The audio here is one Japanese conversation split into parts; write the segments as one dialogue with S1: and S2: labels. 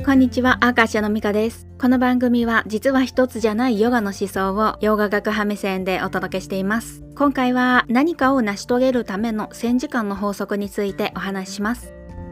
S1: こんにちは、アーカーシャのミカです。この番組は実は一つじゃないヨガの思想をヨガ学派目線でお届けしています。今回は何かを成し遂げるための1000時間の法則についてお話しします。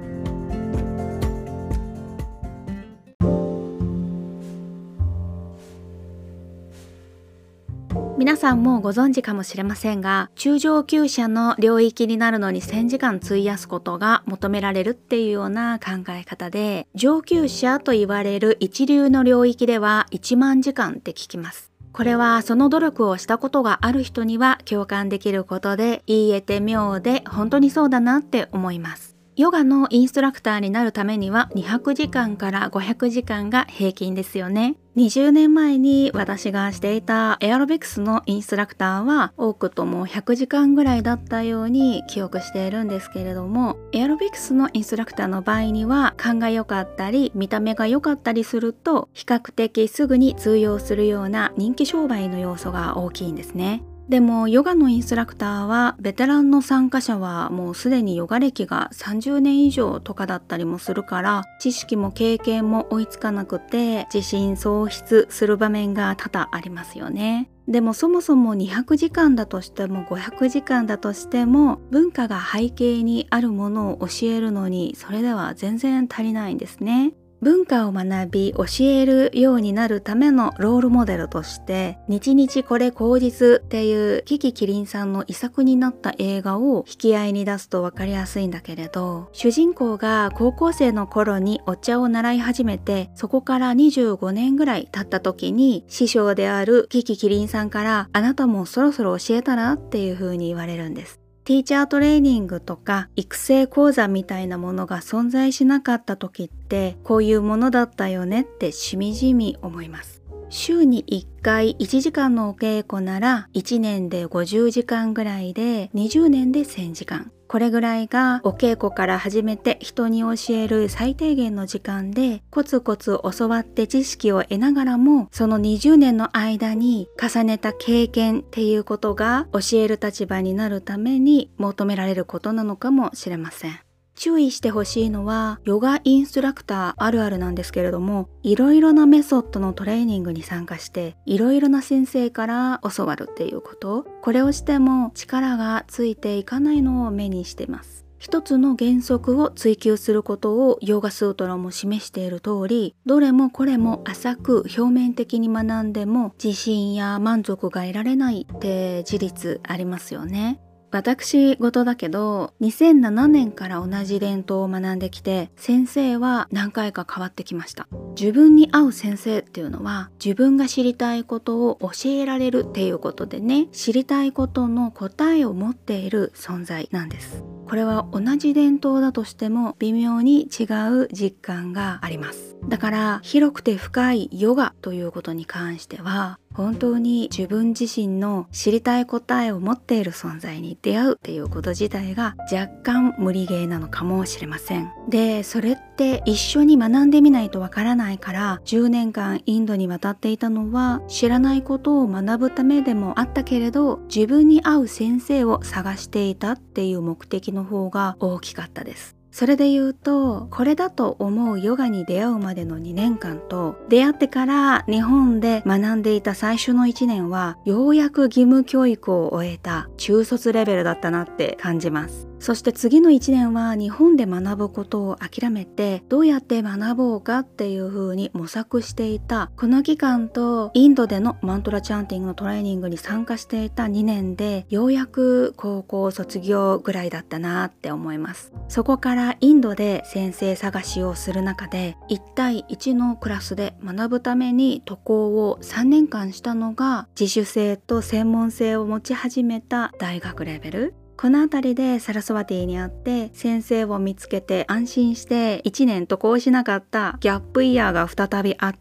S1: 皆さんもご存知かもしれませんが、中上級者の領域になるのに1000時間費やすことが求められるっていうような考え方で、上級者と言われる一流の領域では1万時間って聞きます。これはその努力をしたことがある人には共感できることで、言えて妙で本当にそうだなって思います。ヨガのインストラクターになるためには200時間から500時間が平均ですよね。20年前に私がしていたエアロビクスのインストラクターは多くとも100時間ぐらいだったように記憶しているんですけれども、エアロビクスのインストラクターの場合には勘が良かったり見た目が良かったりすると比較的すぐに通用するような人気商売の要素が大きいんですね。でもヨガのインストラクターはベテランの参加者はもうすでにヨガ歴が30年以上とかだったりもするから、知識も経験も追いつかなくて自信喪失する場面が多々ありますよね。でもそもそも200時間だとしても500時間だとしても文化が背景にあるものを教えるのにそれでは全然足りないんですね。文化を学び教えるようになるためのロールモデルとして日々これ口実っていうキキキリンさんの遺作になった映画を引き合いに出すと分かりやすいんだけれど、主人公が高校生の頃にお茶を習い始めて、そこから25年ぐらい経った時に師匠であるキキキリンさんからあなたもそろそろ教えたらっていう風に言われるんです。ティーチャートレーニングとか育成講座みたいなものが存在しなかった時ってこういうものだったよねってしみじみ思います。週に1回1時間のお稽古なら1年で50時間ぐらいで20年で1000時間。これぐらいがお稽古から始めて人に教える最低限の時間で、コツコツ教わって知識を得ながらもその20年の間に重ねた経験っていうことが教える立場になるために求められることなのかもしれません。注意してほしいのはヨガインストラクターあるあるなんですけれども、いろいろなメソッドのトレーニングに参加していろいろな先生から教わるっていうこと、これをしても力がついていかないのを目にしてます。一つの原則を追求することをヨガスートラも示している通り、どれもこれも浅く表面的に学んでも自信や満足が得られないって事実ありますよね。私事だけど2007年から同じ伝統を学んできて、先生は何回か変わってきました。自分に合う先生っていうのは自分が知りたいことを教えられるっていうことでね、知りたいことの答えを持っている存在なんです。これは同じ伝統だとしても微妙に違う実感があります。だから広くて深いヨガということに関しては本当に自分自身の知りたい答えを持っている存在に出会うっていうこと自体が若干無理ゲーなのかもしれません。で、それって一緒に学んでみないとわからないから10年間インドに渡っていたのは知らないことを学ぶためでもあったけれど、自分に合う先生を探していたっていう目的の方が大きかったです。それで言うと、これだと思うヨガに出会うまでの2年間と、出会ってから日本で学んでいた最初の1年は、ようやく義務教育を終えた中卒レベルだったなって感じます。そして次の1年は日本で学ぶことを諦めて、どうやって学ぼうかっていう風に模索していたこの期間と、インドでのマントラチャンティングのトレーニングに参加していた2年で、ようやく高校卒業ぐらいだったなって思います。そこからインドで先生探しをする中で1対1のクラスで学ぶために渡航を3年間したのが自主性と専門性を持ち始めた大学レベル。この辺りでサラスワティに会って先生を見つけて安心して1年渡航しなかったギャップイヤーが再びあって、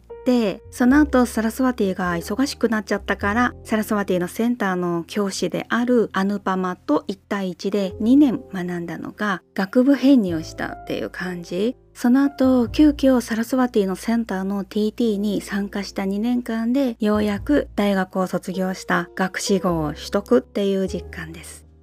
S1: その後サラスワティが忙しくなっちゃったからサラスワティのセンターの教師であるアヌパマと1対1で2年学んだのが学部編入したっていう感じ。その後急遽サラスワティのセンターの TT に参加した2年間でようやく大学を卒業した学士号を取得っていう実感です。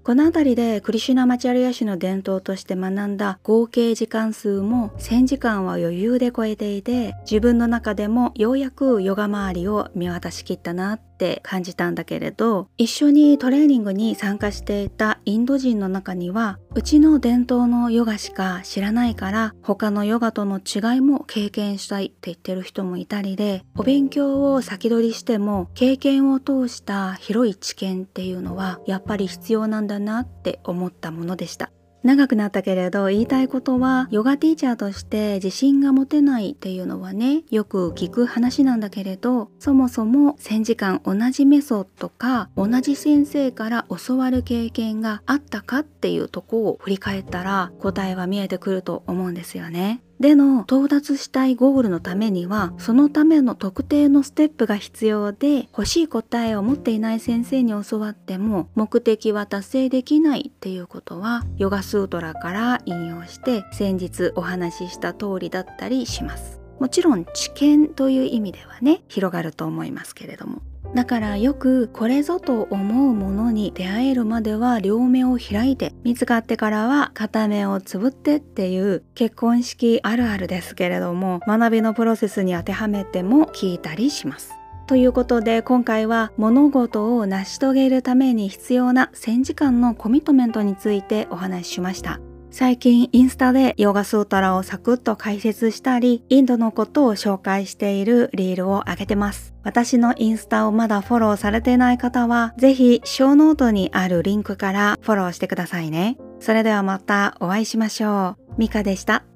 S1: この辺りでクリシュナマチャリヤ氏の伝統として学んだ合計時間数も1000時間は余裕で超えていて、自分の中でもようやくヨガ周りを見渡しきったなって感じたんだけれど、一緒にトレーニングに参加していたインド人の中には、うちの伝統のヨガしか知らないから他のヨガとの違いも経験したいって言ってる人もいたりで、お勉強を先取りしても経験を通した広い知見っていうのはやっぱり必要なんだなって思ったものでした。長くなったけれど言いたいことは、ヨガティーチャーとして自信が持てないっていうのはね、よく聞く話なんだけれど、そもそも1000時間同じメソッドか同じ先生から教わる経験があったかっていうとこを振り返ったら答えは見えてくると思うんですよね。での到達したいゴールのためには、そのための特定のステップが必要で、欲しい答えを持っていない先生に教わっても目的は達成できないっていうことは、ヨガスートラから引用して先日お話しした通りだったりします。もちろん知見という意味ではね、広がると思いますけれども。だからよくこれぞと思うものに出会えるまでは両目を開いて、見つかってからは片目をつぶってっていう結婚式あるあるですけれども、学びのプロセスに当てはめても聞いたりします。ということで今回は物事を成し遂げるために必要な1000時間のコミットメントについてお話ししました。最近インスタでヨガスートラをサクッと解説したり、インドのことを紹介しているリールを上げてます。私のインスタをまだフォローされていない方は、ぜひショーノートにあるリンクからフォローしてくださいね。それではまたお会いしましょう。ミカでした。